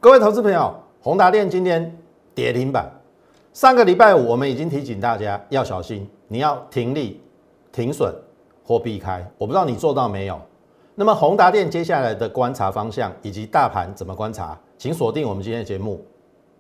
各位投资朋友，宏达电今天跌停板。上个礼拜五我们已经提醒大家要小心，你要停利、停损或避开。我不知道你做到没有。那么宏达电接下来的观察方向以及大盘怎么观察，请锁定我们今天的节目。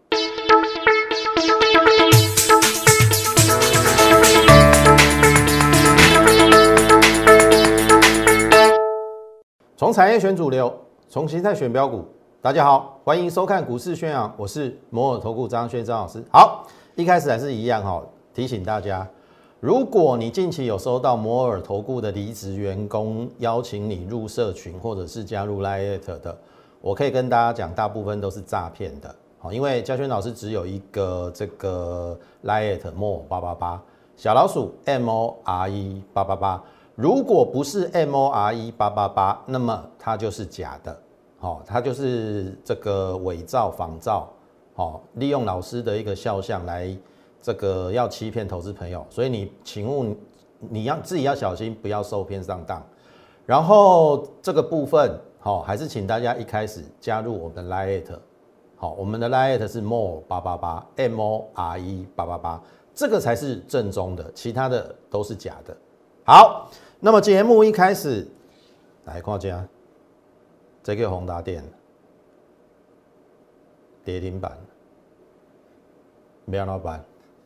从产业选主流，从形态选标股。大家好，欢迎收看股市宣扬，我是摩尔投顾张轩张老师。好，一开始还是一样哈，提醒大家，如果你近期有收到摩尔投顾的离职员工邀请你入社群或者是加入 LINE 的，我可以跟大家讲，大部分都是诈骗的。好，因为嘉轩老师只有一个这个 LINE MORE888小老鼠 MORE888，如果不是 MORE888，那么它就是假的。好，它就是这个伪造、仿造，好，利用老师的一个肖像来这个要欺骗投资朋友，所以你请勿你要自己要小心，不要受骗上当。然后这个部分，好，还是请大家一开始加入我们的 LINE， 好，我们的 LINE 是 MORE888 MORE888，这个才是正宗的，其他的都是假的。好，那么节目一开始来看一下。这个宏达电跌停板，要怎么办？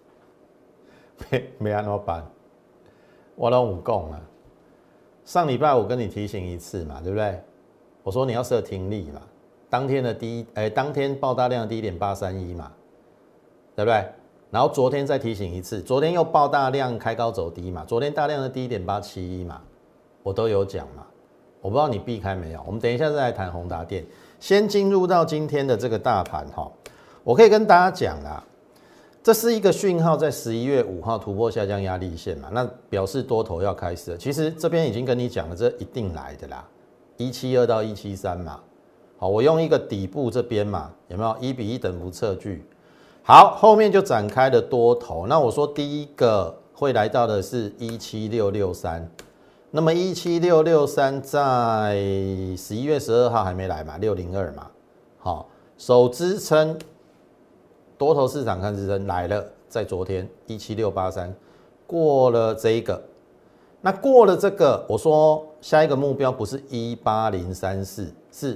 要怎么办？我都有讲啊。上礼拜我跟你提醒一次嘛，对不对？我说你要设停利嘛，当天的当天爆大量的1.831嘛，对不对？然后昨天再提醒一次，昨天又爆大量开高走低嘛，昨天大量的1.871嘛，我都有讲嘛。我不知道你避开没有，我们等一下再来谈宏达电。先进入到今天的这个大盘哈，我可以跟大家讲啦，这是一个讯号，在11月5号突破下降压力线嘛，那表示多头要开始了。其实这边已经跟你讲了，这一定来的啦，172到173嘛。好，我用一个底部这边嘛，有没有1:1等幅测距？好，后面就展开了多头。那我说第一个会来到的是17663。那么17663在11月12号还没来嘛，602嘛，好，守支撑，多头市场看支撑来了，在昨天17683过了这一个，那过了这个，我说下一个目标不是18034，是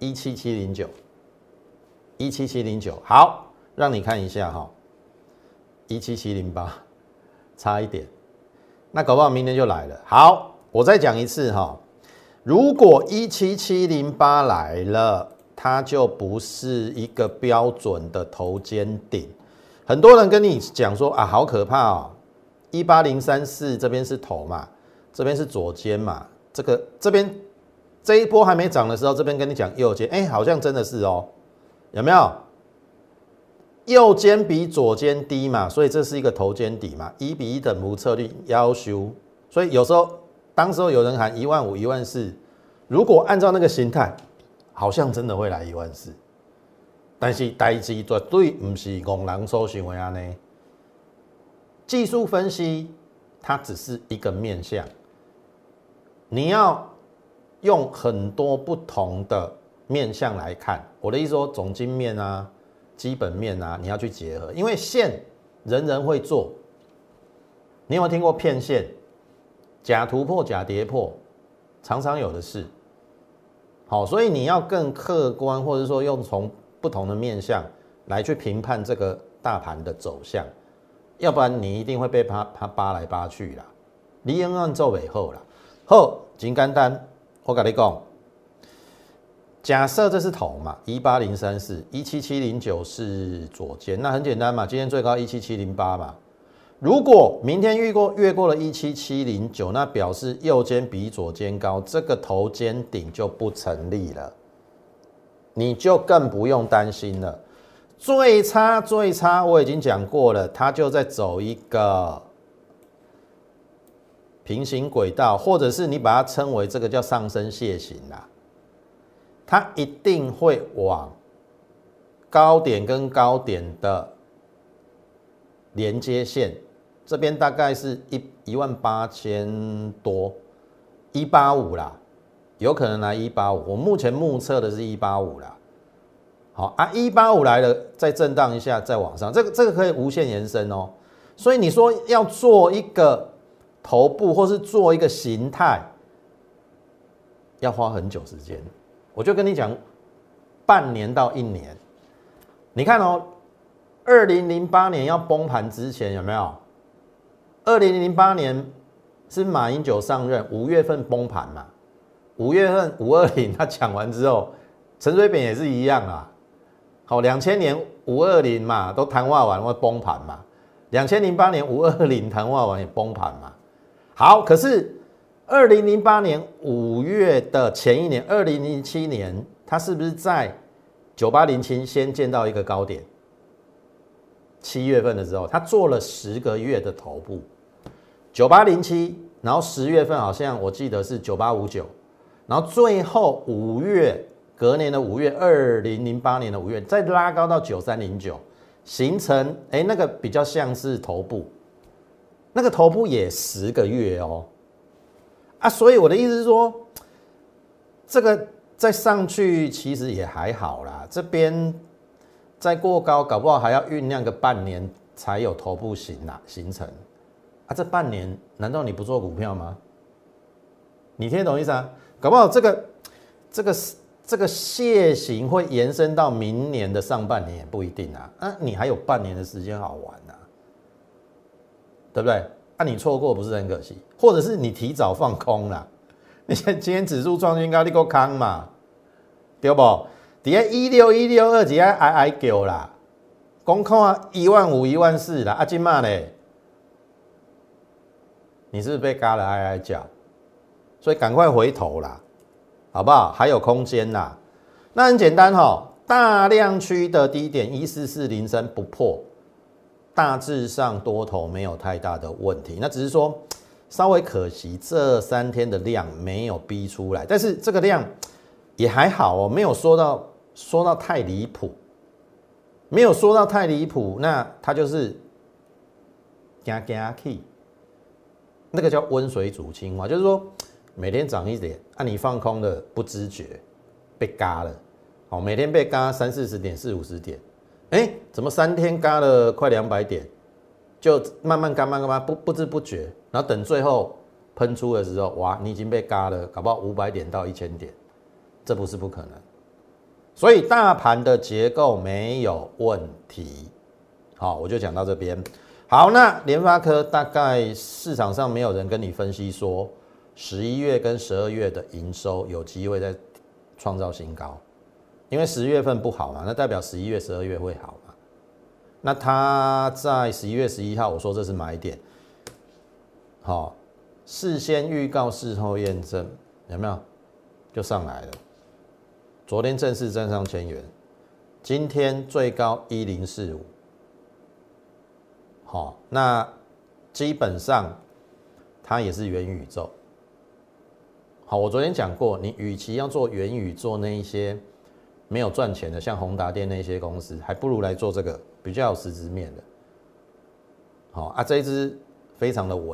17709，17709，好，让你看一下哈，17708，差一点，那搞不好明天就来了，好。我再讲一次哈，如果17708来了，它就不是一个标准的头肩顶。很多人跟你讲说啊，好可怕哦，18034这边是头嘛，这边是左肩嘛，这边这一波还没涨的时候，这边跟你讲右肩，好像真的是哦，有没有？右肩比左肩低嘛，所以这是一个头肩底嘛，1:1等幅策略要求，所以有时候。当时候有人喊15000、14000，如果按照那个形态，好像真的会来14000，但是代志绝对不是戇人所想的安尼。技术分析它只是一个面向，你要用很多不同的面向来看。我的意思说，总经面啊、基本面啊，你要去结合，因为线人人会做。你有没有听过骗线？假突破、假跌破，常常有的是。好，所以你要更客观，或者说用从不同的面向来去评判这个大盘的走向，要不然你一定会被它扒来扒去啦。你永远做不好啦。好，很简单，我跟你讲，假设这是头嘛，18034，17709是左肩，那很简单嘛，今天最高17708嘛。如果明天越过了17709，那表示右肩比左肩高，这个头肩顶就不成立了，你就更不用担心了。最差我已经讲过了，它就在走一个平行轨道，或者是你把它称为这个叫上升楔形啦，它一定会往高点跟高点的连接线。这边大概是18000多，185啦，有可能来185。我目前目测的是185啦。 好啊，185来了，再震荡一下，再往上，这个可以无限延伸哦。所以你说要做一个头部，或是做一个形态，要花很久时间。我就跟你讲，半年到1年。你看哦，2008年要崩盘之前有没有？2008年是马英九上任，5月份崩盘嘛。5月份520他讲完之后，陈水扁也是一样啦。好，2000年520嘛，都谈话完会崩盘嘛。2008年520谈话完也崩盘嘛。好，可是2008年5月的前一年，2007年，它是不是在9807先见到一个高点？7月份的时候，它做了10个月的头部，9807，然后10月份好像我记得是9859，然后最后5月，隔年的5月，2008年的5月，再拉高到9309，形成那个比较像是头部，那个头部也10个月哦。所以我的意思是说，这个再上去其实也还好啦，这边再过高，搞不好还要酝酿个半年才有头部形成这半年难道你不做股票吗？你听得懂意思啊？搞不好这个楔形会延伸到明年的上半年也不一定啊。你还有半年的时间好玩啊，对不对？你错过不是很可惜？或者是你提早放空啦？你今天指数创新高，你够空嘛？对不？底下16162底下哀叫啦，讲看15000、14000啦，今嘛嘞，你是不是被嘎了哀叫？所以赶快回头啦，好不好？还有空间啦。那很简单大量区的低点14403不破。大致上多头没有太大的问题，那只是说稍微可惜这3天的量没有逼出来，但是这个量也还好哦，没有说到太离谱，没有说到太离谱，那它就是行去，那个叫温水煮青蛙，就是说每天涨一点，你放空的不知觉被嘎了，每天被嘎30-40点、40-50点。怎么3天嘎了快200点，就慢慢嘎，不知不觉，然后等最后喷出的时候，哇，你已经被嘎了，搞不好500点到1000点，这不是不可能。所以大盘的结构没有问题。好，我就讲到这边。好，那联发科大概市场上没有人跟你分析说11月跟12月的营收有机会再创造新高。因为10月份不好嘛，那代表11月、12月会好嘛？那他在11月11号，我说这是买点，事先预告，事后验证，有没有？就上来了。昨天正式站上1000元，今天最高1045，那基本上它也是元宇宙。我昨天讲过，你与其要做元宇宙那一些没有赚钱的，像宏达电那些公司，还不如来做这个比较有实质面的。这一支非常的稳。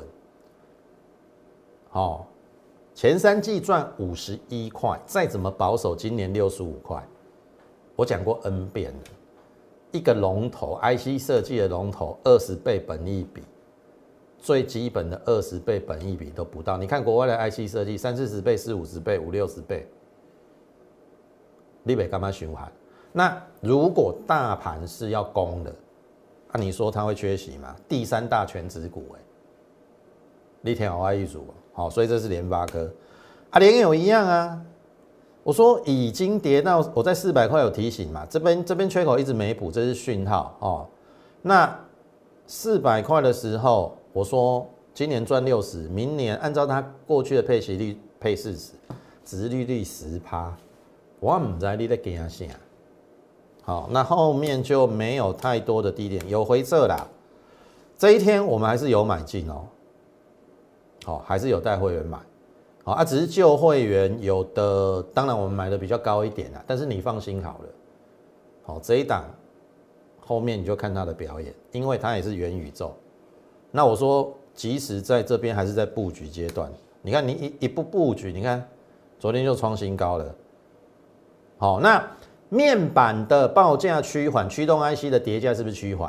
前3季赚51块，再怎么保守，今年65块。我讲过 N 遍了，一个龙头 IC 设计的龙头，20倍本益比，最基本的20倍本益比都不到。你看国外的 IC 设计，30-40倍、40-50倍、50-60倍。你别干嘛循环？那如果大盘是要攻的，你说它会缺席吗？第3大权值股，你听好意思好，所以这是联发科联友一样啊。我说已经跌到，我在400块有提醒嘛，这边缺口一直没补，这是讯号那400块的时候，我说今年赚60，明年按照它过去的配息率配40，殖利率10%。我不知道你在惊啥。好，那后面就没有太多的低点，有回撤啦。这一天我们还是有买进还是有带会员买。只是旧会员有的，当然我们买的比较高一点啦，但是你放心好了。这一档后面你就看它的表演，因为它也是元宇宙。那我说，即使在这边还是在布局阶段，你看你一步布局，你看昨天就创新高了。那面板的报价趋缓，驱动 IC 的跌价是不是趋缓？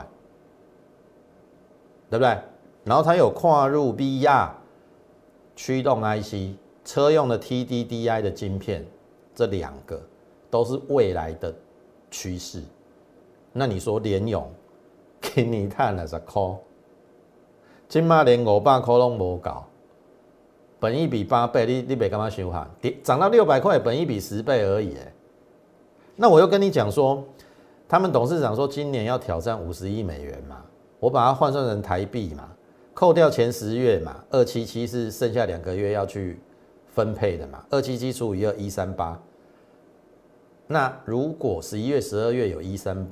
对不对？然后它有跨入 VR 驱动 IC、车用的 TDDI 的晶片，这2个都是未来的趋势。那你说联咏今年赚20块，今嘛连500块都没搞，本益比8倍，你别干嘛想哈？涨到600块，本益比10倍而已。那我又跟你讲说，他们董事长说今年要挑战50亿美元嘛，我把它换算成台币嘛，扣掉前10月嘛，277是剩下2个月要去分配的嘛，277除以2 138。那如果11月、12月有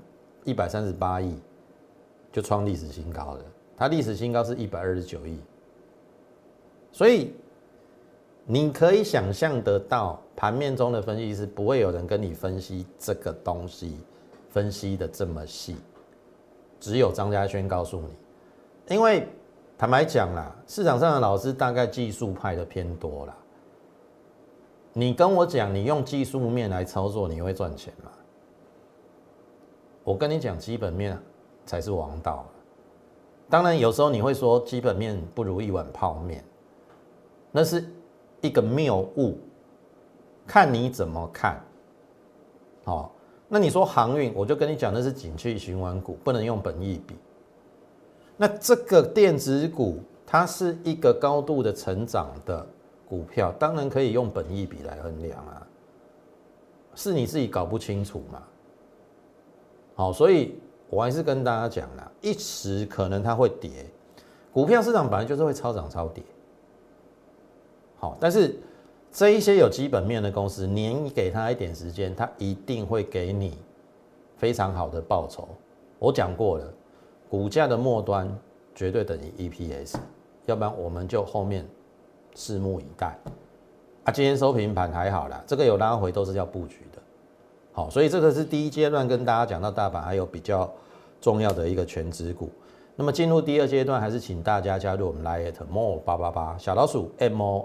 138亿，就创历史新高了。它历史新高是129亿，所以你可以想象得到，盘面中的分析师不会有人跟你分析这个东西，分析的这么细，只有张嘉轩告诉你。因为坦白讲啦，市场上的老师大概技术派的偏多啦。你跟我讲，你用技术面来操作，你会赚钱吗？我跟你讲，基本面才是王道。当然，有时候你会说基本面不如一碗泡面，那是一个谬误，看你怎么看。好，那你说航运，我就跟你讲，那是景气循环股，不能用本益比。那这个电子股，它是一个高度的成长的股票，当然可以用本益比来衡量啊，是你自己搞不清楚嘛。好，所以我还是跟大家讲啦，一时可能它会跌，股票市场本来就是会超涨超跌。好，但是这一些有基本面的公司，你给它一点时间，它一定会给你非常好的报酬。我讲过了，股价的末端绝对等于 EPS， 要不然我们就后面拭目以待。啊，今天收平盘还好啦，这个有拉回都是要布局的。好，所以这个是第一阶段跟大家讲到大盘还有比较重要的一个全指股。那么进入第二阶段，还是请大家加入我们 Line more888小老鼠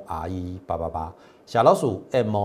MORE888小老鼠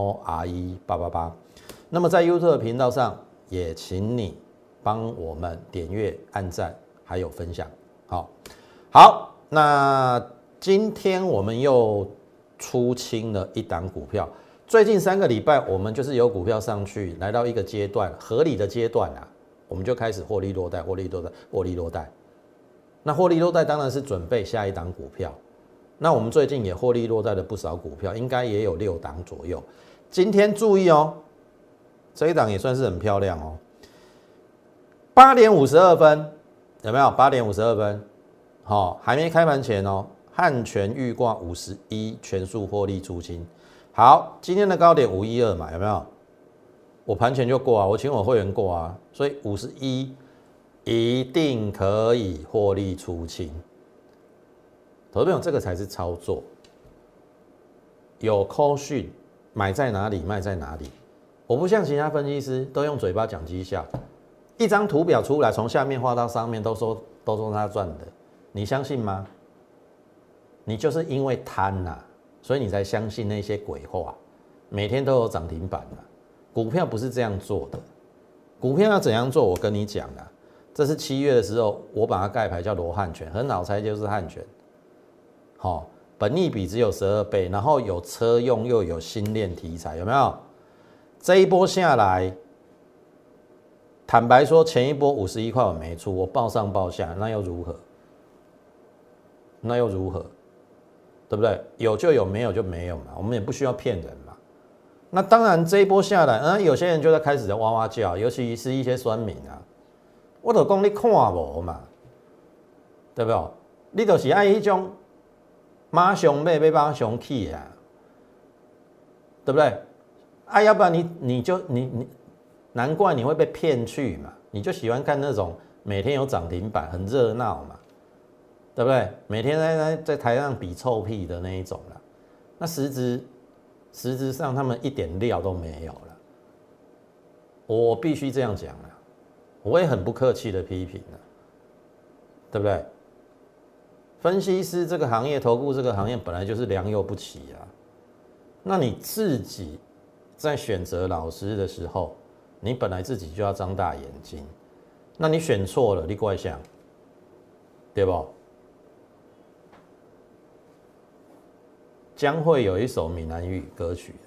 MORE888。那么在 YouTube 频道上，也请你帮我们点阅、按赞还有分享。好，那今天我们又出清了一档股票。最近3个礼拜，我们就是有股票上去，来到一个阶段，合理的阶段啊，我们就开始获利落袋，获利落袋，获利落袋。那获利落袋当然是准备下一档股票。那我们最近也获利落袋了不少股票，应该也有6档左右。今天注意哦，这一档也算是很漂亮哦。8点52分，有没有？8点52分，好，还没开盘前哦。汉权预挂51，全数获利出清。好，今天的高点512嘛，有没有？我盘前就过啊，我请我会员过啊，所以51一定可以获利出清。投资朋友，这个才是操作，有call讯，买在哪里，卖在哪里。我不像其他分析师都用嘴巴讲绩效，一张图表出来，从下面画到上面都说他赚的，你相信吗？你就是因为贪呐，所以你才相信那些鬼话，每天都有涨停板啊。股票不是这样做的，股票要怎样做？我跟你讲啦，这是7月的时候，我把它盖牌叫罗汉拳，很好猜就是汉拳。好，本益比只有12倍，然后有车用又有新链题材，有没有？这一波下来，坦白说，前一波51块我没出，我报上报下，那又如何？那又如何？对不对？有就有，没有就没有嘛，我们也不需要骗人嘛。那当然，这一波下来，有些人就在开始在哇哇叫，尤其是一些酸民啊，我就讲你看无嘛，对不对？你就是爱迄种马上买，要马上去啊，对不对？啊，要不然你难怪你会被骗去嘛，你就喜欢看那种每天有涨停板，很热闹嘛。对不对？每天在台上比臭屁的那一种啦，那实质上他们一点料都没有了。我必须这样讲啦，我也很不客气的批评了，对不对？分析师这个行业，投顾这个行业本来就是良莠不齐啊。那你自己在选择老师的时候， 你本来自己就要张大眼睛，那你选错了，你怪想，对不？将会有一首闽南语歌曲，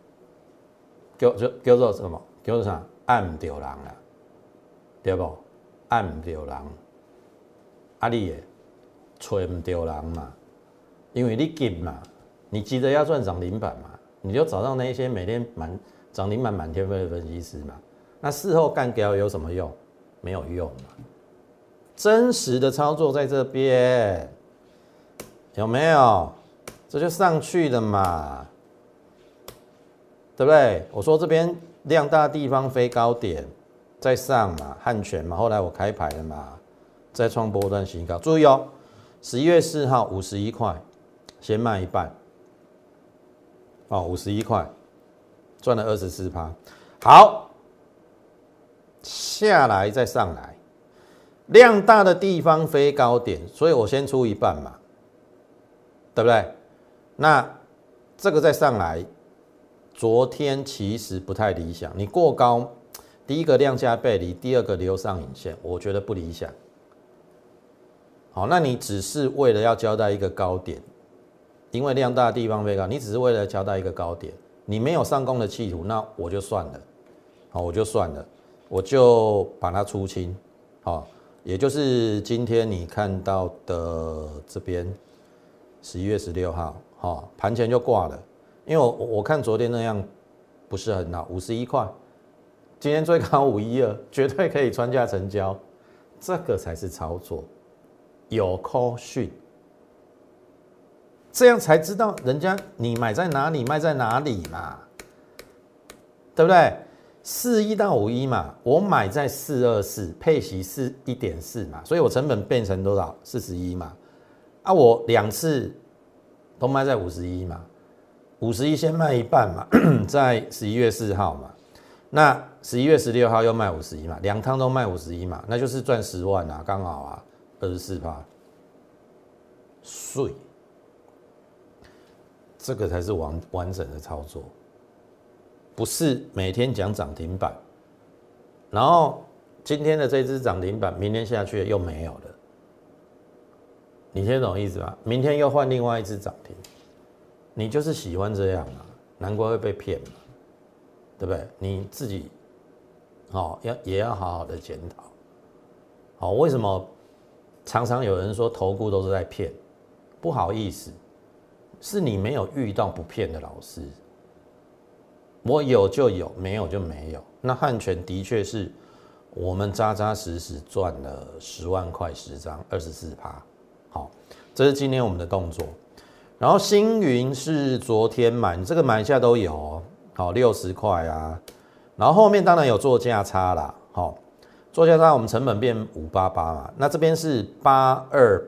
叫做什么？叫做啥？暗丢人啊，对不？暗丢人，啊你也找唔丢人嘛，因为你急嘛，你急着要赚涨停板嘛，你就找到那些每天涨停板满天飞的分析师嘛。那事后干掉有什么用？没有用嘛。真实的操作在这边，有没有？这就上去了嘛，对不对？我说这边量大地方飞高点，再上嘛，汉泉嘛，后来我开牌了嘛，再创波段新高。注意哦，11月4号51块，先卖一半，哦，51块，赚了24%。好，下来再上来，量大的地方飞高点，所以我先出一半嘛，对不对？那这个再上来，昨天其实不太理想。你过高，第一个量价背离，第二个留上影线，我觉得不理想。好，那你只是为了要交代一个高点，因为量大的地方飞高，你只是为了交代一个高点，你没有上攻的企图，那我就算了。好，我就算了，我就把它出清。好，也就是今天你看到的这边，11月16号。好，盘前就挂了，因为我看昨天那样不是很好，51块，今天最高512，绝对可以穿价成交，这个才是操作，有 call 讯，这样才知道人家你买在哪里，卖在哪里嘛，对不对？41到51嘛，我买在424，配息是1.4嘛，所以我成本变成多少？41嘛，啊，我2次。都卖在51嘛，51先卖一半嘛，在11月4号嘛，那11月16号又卖51嘛，两趟都卖51嘛，那就是赚10万啊，刚好啊，24%，税，这个才是完整的操作，不是每天讲涨停板，然后今天的这只涨停板，明天下去又没有了。你听懂意思吧？明天又换另外一只涨停，你就是喜欢这样啊，难怪会被骗嘛，对不对？你自己，也要好好的检讨。好，为什么常常有人说投顾都是在骗？不好意思，是你没有遇到不骗的老师。我有就有，没有就没有。那汉泉的确是我们扎扎实实赚了10万块10张，24%。好，这是今天我们的动作。然后星云是昨天买，你这个买价都有哦，好60块啊。然后后面当然有做价差啦，好，做价差我们成本变588嘛，那这边是828，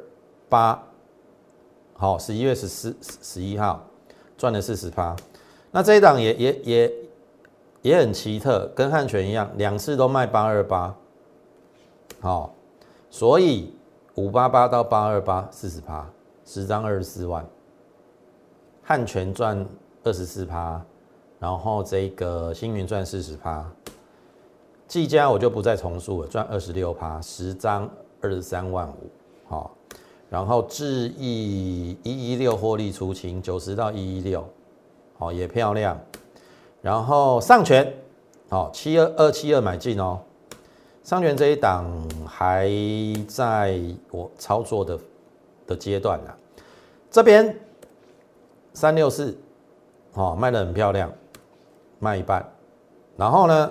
好，11月11号赚了40%。那这一档也很奇特，跟汉泉一样，2次都卖828，好，所以588到828 40%，10张24万，汉泉赚24%，然后这个星云赚40%，技嘉我就不再重述了，赚26%，10张23万5，好，然后智毅116获利出清，90到116，好也漂亮，然后上权，好272买进哦。上权这一档还在我操作的阶段啦，这边364，卖得很漂亮，卖一半，然后呢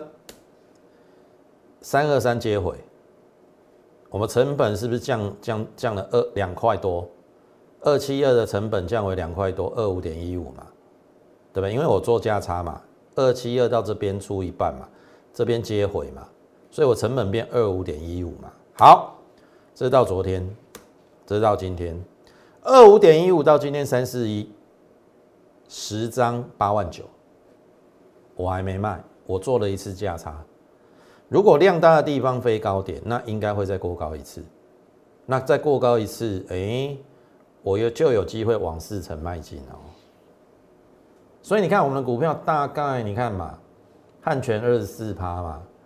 323接回，我们成本是不是降了2块多？272的成本降为2块多，25.15嘛，对不对？因为我做价差嘛，272到这边出一半嘛，这边接回嘛。所以我成本变25.15嘛，好，这是到昨天，这是到今天，25.15到今天341，10张8万9，我还没卖，我做了一次价差。如果量大的地方飞高点，那应该会再过高一次，那再过高一次，我就有机会往4成迈进哦。所以你看我们的股票大概你看嘛，汉泉24%嘛。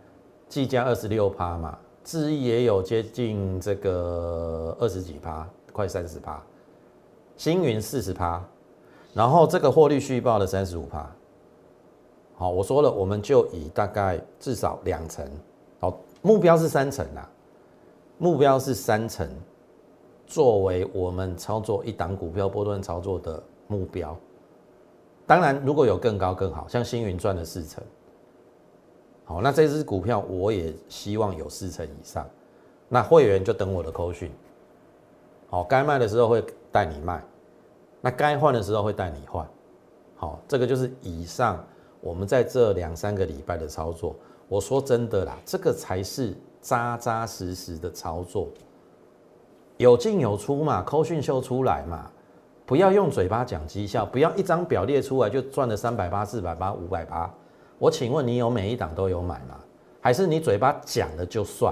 技嘉26%嘛，智毅也有接近这个20几%，快30%，星云40%，然后这个获利续报的35%。好，我说了，我们就以大概至少2成，好，目标是3成啦，目标是3成，作为我们操作一档股票波段操作的目标。当然，如果有更高更好，像星云赚了4成，好，那这支股票我也希望有4成以上。那会员就等我的扣讯，好，该卖的时候会带你卖，那该换的时候会带你换，好，这个就是以上我们在这2、3个礼拜的操作。我说真的啦，这个才是扎扎实实的操作，有进有出嘛，扣讯秀出来嘛。不要用嘴巴讲绩效，不要一张表列出来就赚了380%、480%、500%。我请问你有每一档都有买吗？还是你嘴巴讲了就算？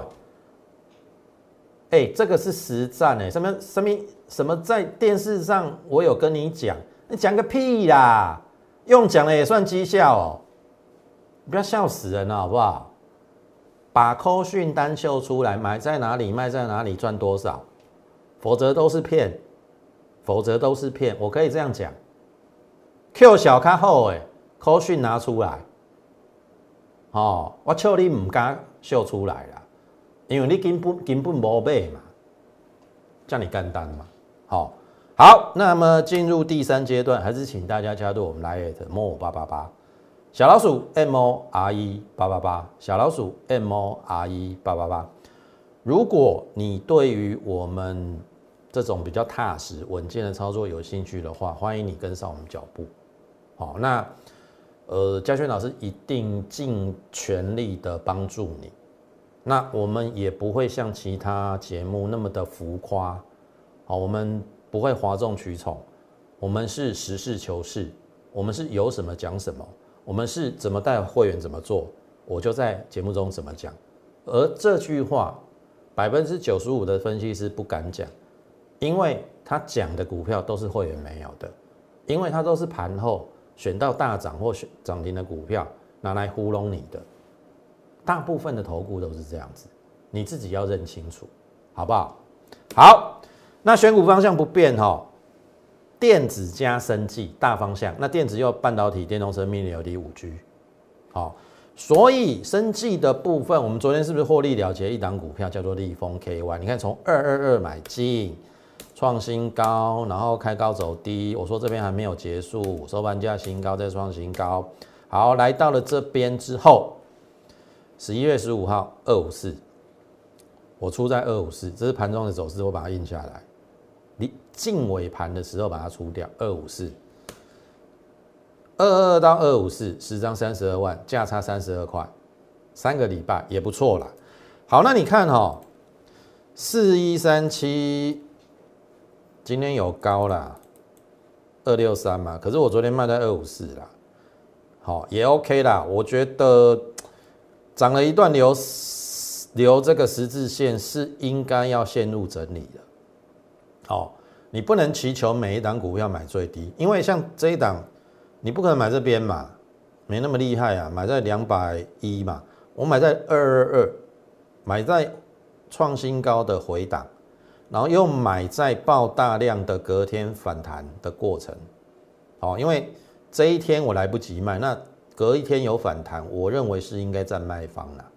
这个是实战什么在电视上我有跟你讲，你讲个屁啦！用讲了也算绩效哦，不要笑死人了好不好？把扣讯单秀出来，买在哪里，卖在哪里，赚多少，否则都是骗。我可以这样讲 ，Q 小较好诶，扣讯拿出来，我笑你唔敢秀出来啦，因为你根本无买嘛，这样简单嘛，好，那么进入第3阶段，还是请大家加入我们 LINE@ MORE888，小老鼠 MORE888，小老鼠 MORE888。如果你对于我们这种比较踏实稳健的操作有兴趣的话，欢迎你跟上我们脚步。好，那嘉轩老师一定尽全力的帮助你。那我们也不会像其他节目那么的浮夸，好，我们不会哗众取宠，我们是实事求是，我们是有什么讲什么，我们是怎么带会员怎么做，我就在节目中怎么讲。而这句话，95%的分析师不敢讲。因为他讲的股票都是会员没有的，因为他都是盘后选到大涨或涨停的股票拿来糊弄你的，大部分的投顾都是这样子，你自己要认清楚，好不好？好，那选股方向不变电子加生技大方向，那电子又半导体、电动生命、LED、5G，所以生技的部分，我们昨天是不是获利了结一档股票叫做立丰 KY？ 你看从222买进。创新高，然后开高走低。我说这边还没有结束，收盘价新高再创新高。好，来到了这边之后，11月15号254，我出在254，这是盘中的走势，我把它印下来。你近尾盘的时候把它出掉，254，22到254，10张32万，价差32块，3个礼拜也不错啦。好，那你看4137。今天有高啦，263嘛，可是我昨天卖在254啦，也 OK 啦。我觉得涨了一段留这个十字线是应该要陷入整理的。你不能祈求每一档股票买最低，因为像这一档，你不可能买这边嘛，没那么厉害啊，买在210嘛，我买在222，买在创新高的回档。然后又买在爆大量的隔天反弹的过程，因为这一天我来不及卖，那隔一天有反弹，我认为是应该占卖方啦。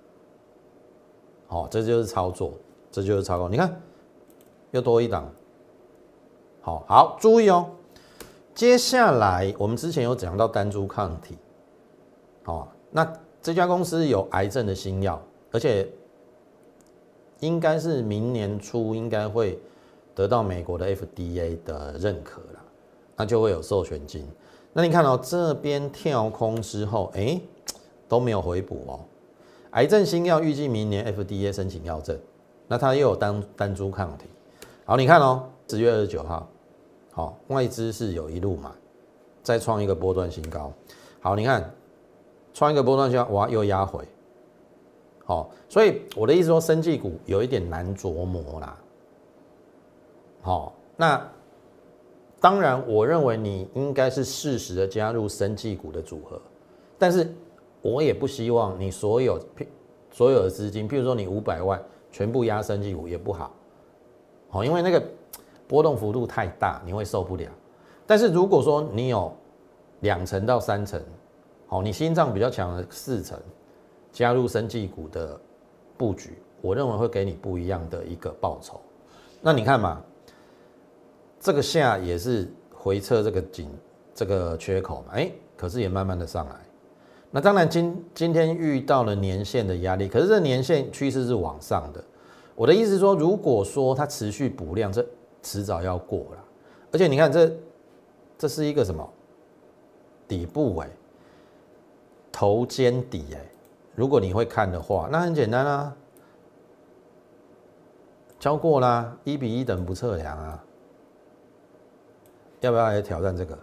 这就是操作，你看又多一档，好，注意哦。接下来我们之前有讲到单株抗体，那这家公司有癌症的新药，而且应该是明年初应该会得到美国的 FDA 的认可啦，那就会有授权金。那你看这边跳空之后，都没有回补癌症新药预计明年 FDA 申请药证，那它又有单株抗体。好，你看10月29号，外资是有一路买，再创一个波段新高。好，你看创一个波段新高，哇，又压回。所以我的意思说，生技股有一点难琢磨啦。那当然，我认为你应该是适时的加入生技股的组合，但是我也不希望你所所有的资金，譬如说你500万全部压生技股也不好，好，因为那个波动幅度太大，你会受不了。但是如果说你有2成到3成，好，你心脏比较强的4成，加入生技股的布局，我认为会给你不一样的一个报酬。那你看嘛，这个下也是回测这个缺口嘛，可是也慢慢的上来。那当然今天遇到了年线的压力，可是这年线趋势是往上的。我的意思是说，如果说它持续补量，这迟早要过啦。而且你看这是一个什么底部头肩底如果你会看的话，那很简单啊，教过啦，1:1等不测量啊，要不要来挑战这个？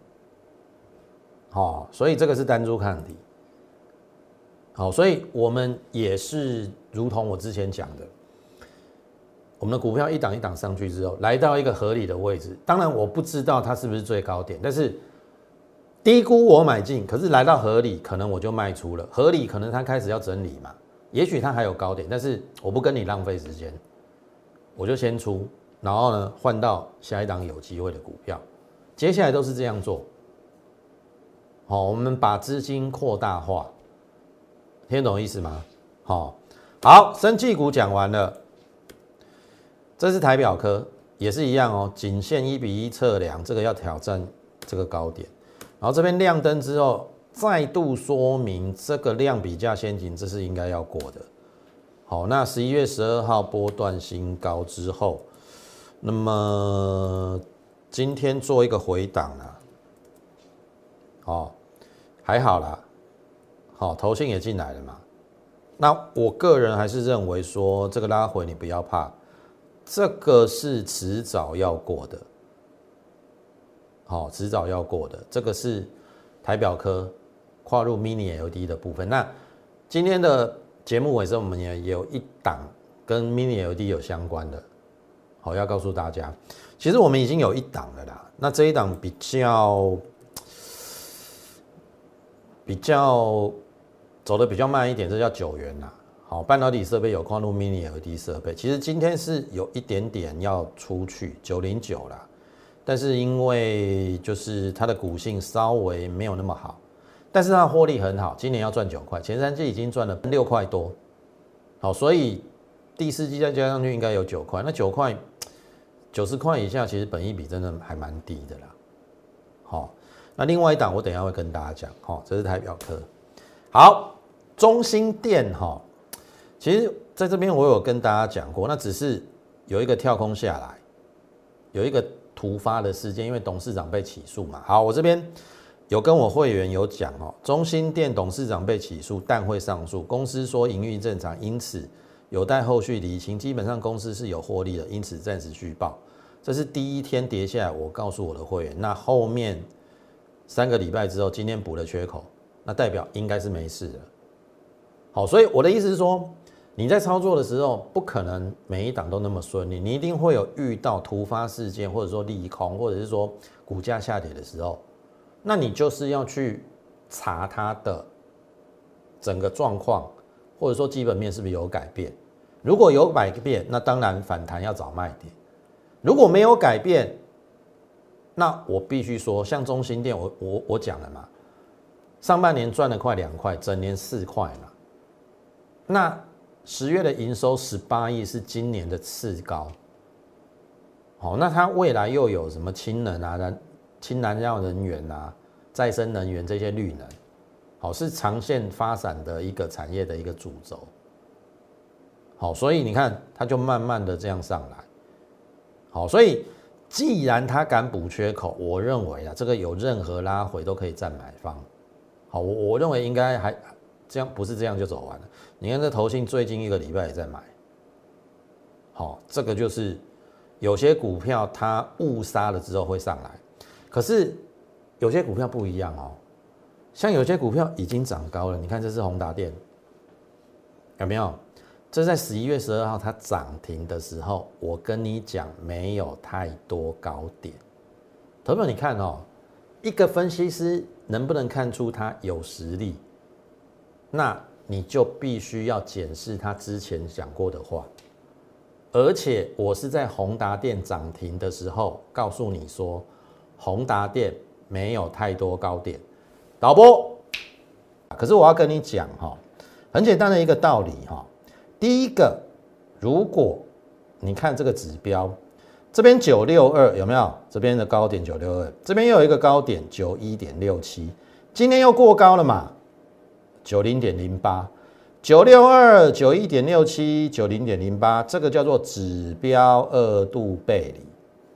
好，所以这个是单株抗体。好，所以我们也是如同我之前讲的，我们的股票一档一档上去之后，来到一个合理的位置。当然我不知道它是不是最高点，但是低估我买进，可是来到合理，可能我就卖出了。合理可能它开始要整理嘛，也许它还有高点，但是我不跟你浪费时间，我就先出，然后呢换到下一档有机会的股票。接下来都是这样做。好，我们把资金扩大化，听懂意思吗？好，生技股讲完了，这是台表科，也是一样哦，颈线1:1测量，这个要挑战这个高点，然后这边亮灯之后，再度说明这个量比价先行，这是应该要过的。好，那11月12号波段新高之后，那么今天做一个回档啦，还好啦，投信也进来了嘛。那我个人还是认为说，这个拉回你不要怕，这个是迟早要过的。迟早要过的，这个是台表科跨入 Mini LED 的部分。那今天的节目尾声，我们也有一档跟 Mini LED 有相关的，要告诉大家，其实我们已经有一档了啦。那这一档比较走的比较慢一点，这叫9元啦。好，半导体设备有跨入 Mini LED 设备，其实今天是有一点点要出去909啦，但是因为就是它的股性稍微没有那么好，但是它的获利很好，今年要赚9块，前3季已经赚了6块多，好，所以第4季再加上去应该有9块，那9块90块以下，其实本益比真的还蛮低的啦。好，那另外一档我等一下会跟大家讲，这是台表科。好，中兴电其实在这边我有跟大家讲过，那只是有一个跳空下来，有一个突发的事件，因为董事长被起诉嘛。好，我这边有跟我会员有讲中兴电董事长被起诉，但会上诉，公司说营运正常，因此有待后续厘清，基本上公司是有获利的，因此暂时续报。这是第一天跌下来，我告诉我的会员，那后面3个礼拜之后，今天补了缺口，那代表应该是没事了。好，所以我的意思是说，你在操作的时候，不可能每一档都那么顺利，你一定会有遇到突发事件，或者说利空，或者是说股价下跌的时候，那你就是要去查它的整个状况，或者说基本面是不是有改变。如果有改变，那当然反弹要找卖点；如果没有改变，那我必须说，像中兴电，我讲了嘛，上半年赚了快2块，整年4块嘛。那10月的营收18亿是今年的次高，好，那它未来又有什么氢能啊、氢燃料能源啊、再生能源这些绿能，好，是长线发展的一个产业的一个主轴，好，所以你看它就慢慢的这样上来，好，所以既然它敢补缺口，我认为这个有任何拉回都可以占买方，好，我认为应该还这样，不是这样就走完了。你看这投信最近1个礼拜也在买，好，这个就是有些股票它误杀了之后会上来，可是有些股票不一样像有些股票已经涨高了，你看这是宏达电，有没有？这在11月12号它涨停的时候，我跟你讲没有太多高点，投票你看一个分析师能不能看出他有实力？那你就必须要检视他之前讲过的话。而且我是在宏达电涨停的时候告诉你说，宏达电没有太多高点。导播，可是我要跟你讲哈，很简单的一个道理哈。第一个，如果你看这个指标，这边962有没有？这边的高点962，这边又有一个高点91.67，今天又过高了嘛，90.08。962、91.67、90.08，这个叫做指标二度背离，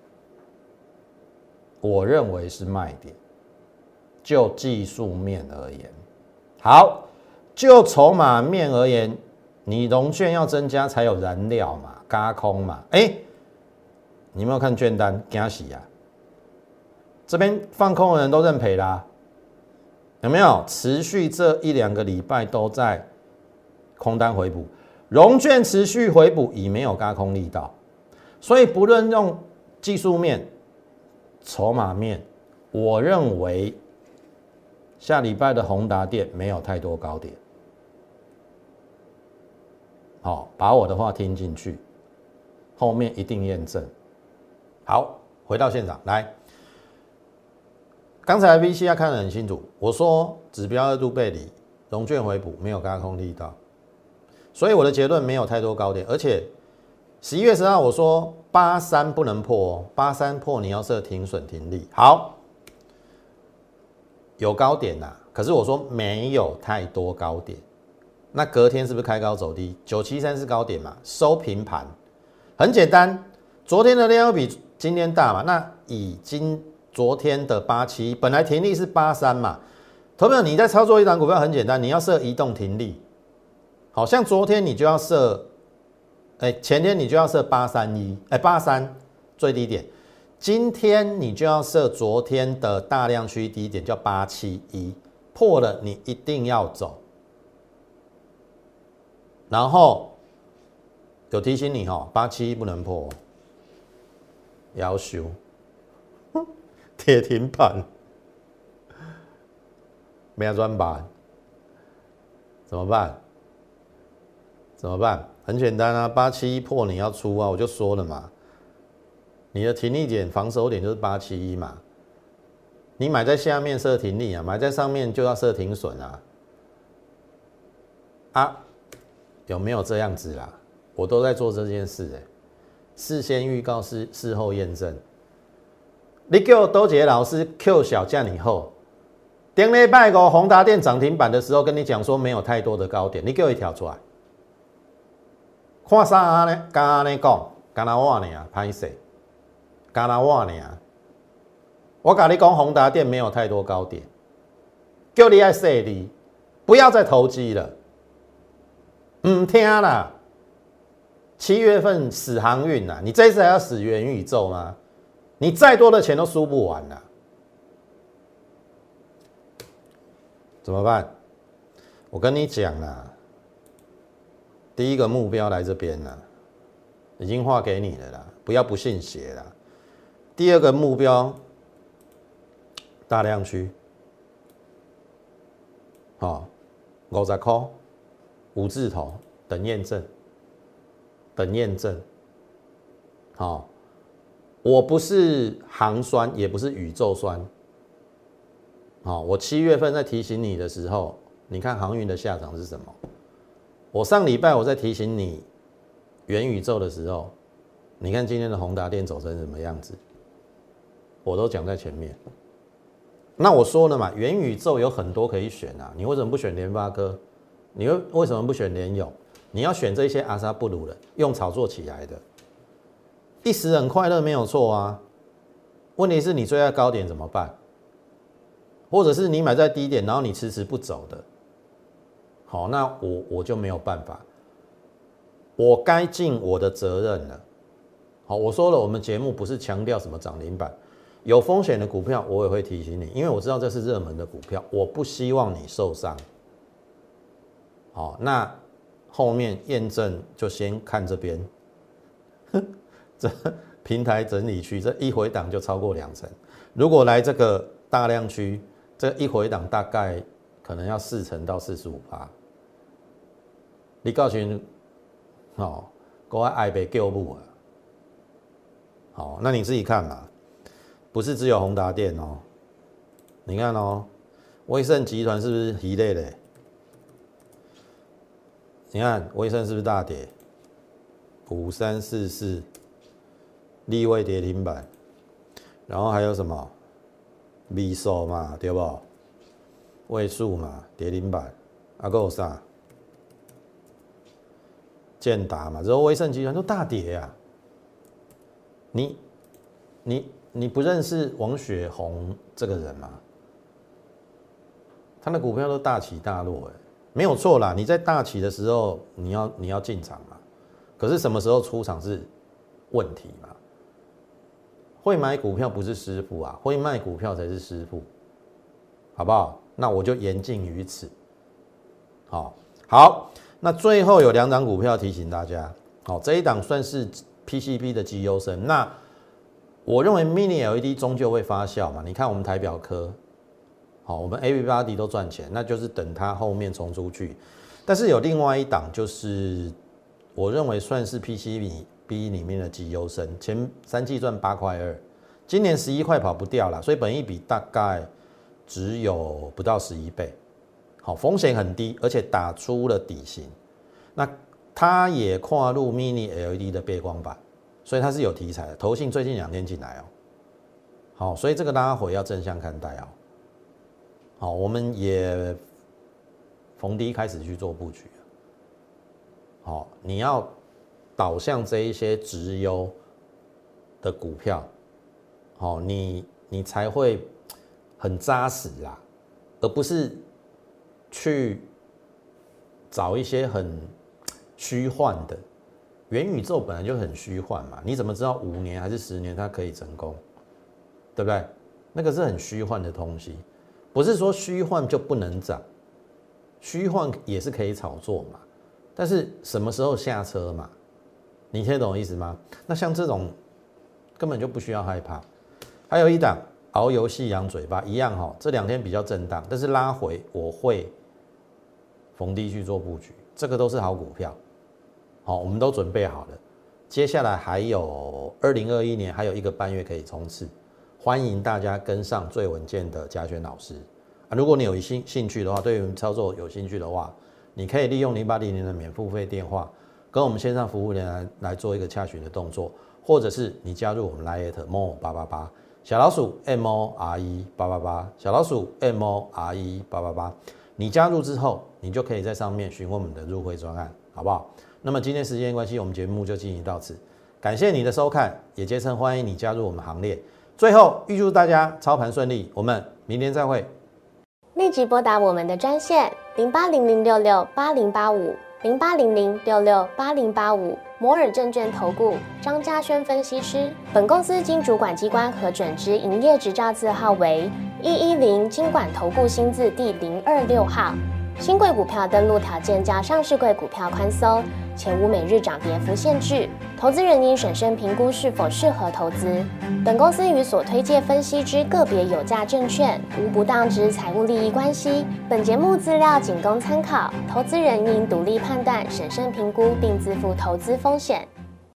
我认为是卖点。就技术面而言，好，就筹码面而言，你融券要增加才有燃料嘛，軋空嘛，你有没有看券单？惊喜啊！这边放空的人都认赔啦，有没有？持续这1-2个礼拜都在空单回补，融券持续回补已没有軋空力道，所以不论用技术面、筹码面，我认为下礼拜的宏达电没有太多高点。好，把我的话听进去，后面一定验证。好，回到现场来，刚才 VCR 看得很清楚，我说指标二度背离，融券回补没有軋空力道。所以我的结论没有太多高点，而且11月10号我说83不能破哦，83破你要设停损停利。好，有高点呐，可是我说没有太多高点。那隔天是不是开高走低？973是高点嘛，收平盘，很简单。昨天的量比今天大嘛，那以昨天的871本来停利是83嘛，投票你在操作一档股票很简单，你要设移动停利。好像昨天你就要设，前天你就要设83最低点，今天你就要设昨天的大量区低点叫871，破了你一定要走。然后有提醒你871不能破，要求跌停板，没有转板，怎么办？怎么办？很简单啊，871破你要出啊，我就说了嘛，你的停利点、防守点就是871嘛，你买在下面设停利啊，买在上面就要设停损啊，有没有这样子啦？我都在做这件事事先预告，事后验证。你叫多杰老师 Q 小价以后，顶礼拜五宏达电涨停板的时候跟你讲说没有太多的高点，你给我一条出来。看啥呢？刚安尼讲，干那我呢？歹势，干那我呢？我跟你讲，宏达电没有太多高点，叫你爱设立，不要再投机了。唔听啦，7月份死航运啦，你这次还要死元宇宙吗？你再多的钱都输不完啦，怎么办？我跟你讲啦。第一个目标来这边了，已经画给你了啦，不要不信邪啦。第二个目标，大量区，好，50块，5字头，等验证，等验证。好，我不是航酸，也不是宇宙酸。好，我7月份在提醒你的时候，你看航运的下场是什么？我上礼拜我在提醒你元宇宙的时候，你看今天的宏达电走成什么样子，我都讲在前面。那我说了嘛，元宇宙有很多可以选啊，你为什么不选联发科？你为什么不选联咏？你要选这些阿萨布鲁的，用炒作起来的，一时很快乐没有错啊。问题是你追在高点怎么办？或者是你买在低点，然后你迟迟不走的。好，那我就没有办法，我该尽我的责任了。好，我说了，我们节目不是强调什么涨停板，有风险的股票我也会提醒你，因为我知道这是热门的股票，我不希望你受伤。好，那后面验证就先看这边，这平台整理区这一回档就超过2成，如果来这个大量区，这一回档大概可能要4成到45%。 你告诉哦，国外爱被救母啊。好，那你自己看嘛，不是只有宏达电哦。你看哦，威盛集团是不是一类的？你看威盛是不是大跌？5344，立位跌停板，然后还有什么？米手嘛，对不？位数嘛，跌停板，还有啥？建达嘛，之后威盛集团都大跌啊。你不认识王雪红这个人吗？他的股票都大起大落，没有错啦。你在大起的时候，你要进场嘛。可是什么时候出场是问题嘛？会买股票不是师傅啊，会卖股票才是师傅，好不好？那我就言尽于此。好，那最后有2档股票提醒大家，好，这一档算是 PCB 的绩优生。那我认为 Mini LED 终究会发酵嘛。你看我们台表科，好，我们 Everybody 都赚钱，那就是等它后面冲出去。但是有另外一档，就是我认为算是 PCB 里面的绩优生，前3季赚8.2块，今年11块跑不掉了，所以本益比大概只有不到11倍。好，风险很低，而且打出了底型。那它也跨入 Mini LED 的背光板，所以它是有题材的。投信最近2天进来哦，好，所以这个拉回要正向看待哦。好，我们也逢低开始去做布局。好，你要导向这一些直优的股票，好，你才会很扎实啦，而不是去找一些很虚幻的。元宇宙本来就很虚幻嘛，你怎么知道5年还是10年它可以成功？对不对？那个是很虚幻的东西，不是说虚幻就不能涨，虚幻也是可以炒作嘛。但是什么时候下车嘛？你听得懂意思吗？那像这种根本就不需要害怕。还有一档熬油细养嘴巴一样哈，这2天比较震荡，但是拉回我会逢低去做布局，这个都是好股票。好，我们都准备好了，接下来还有2021年还有1个半月可以冲刺，欢迎大家跟上最稳健的嘉轩老师啊！如果你有兴趣的话，对于操作有兴趣的话，你可以利用0800的免付费电话，跟我们线上服务人来做一个洽询的动作，或者是你加入我们 LINE MO888小老鼠 MORE888小老鼠 MORE888，你加入之后，你就可以在上面询问我们的入会专案，好不好？那么今天时间关系，我们节目就进行到此，感谢你的收看，也竭诚欢迎你加入我们行列。最后预祝大家操盘顺利，我们明天再会。 立即拨打我们的专线08006680850800668085摩尔证券投顾张嘉轩分析师。本公司经主管机关核准之营业执照字号为110金管投顾新字第026号。新贵股票登录条件较上市贵股票宽松，且无每日涨跌幅限制。投资人应审慎评估是否适合投资。本公司与所推介分析之个别有价证券无不当之财务利益关系。本节目资料仅供参考，投资人应独立判断、审慎评估并自负投资风险。